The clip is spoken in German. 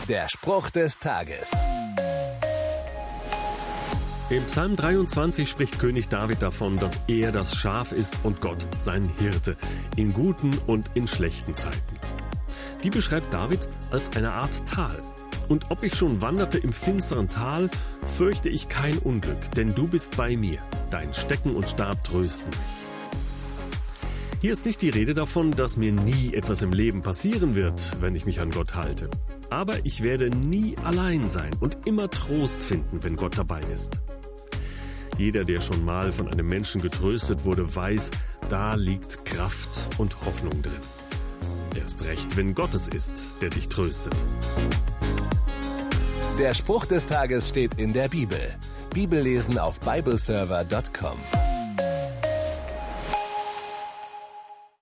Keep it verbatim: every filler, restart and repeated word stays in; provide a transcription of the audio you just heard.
Der Spruch des Tages. Im Psalm dreiundzwanzig spricht König David davon, dass er das Schaf ist und Gott sein Hirte, in guten und in schlechten Zeiten. Die beschreibt David als eine Art Tal. Und ob ich schon wanderte im finsteren Tal, fürchte ich kein Unglück, denn du bist bei mir, dein Stecken und Stab trösten mich. Hier ist nicht die Rede davon, dass mir nie etwas im Leben passieren wird, wenn ich mich an Gott halte. Aber ich werde nie allein sein und immer Trost finden, wenn Gott dabei ist. Jeder, der schon mal von einem Menschen getröstet wurde, weiß, da liegt Kraft und Hoffnung drin. Erst recht, wenn Gott es ist, der dich tröstet. Der Spruch des Tages steht in der Bibel. Bibellesen auf bibleserver punkt com.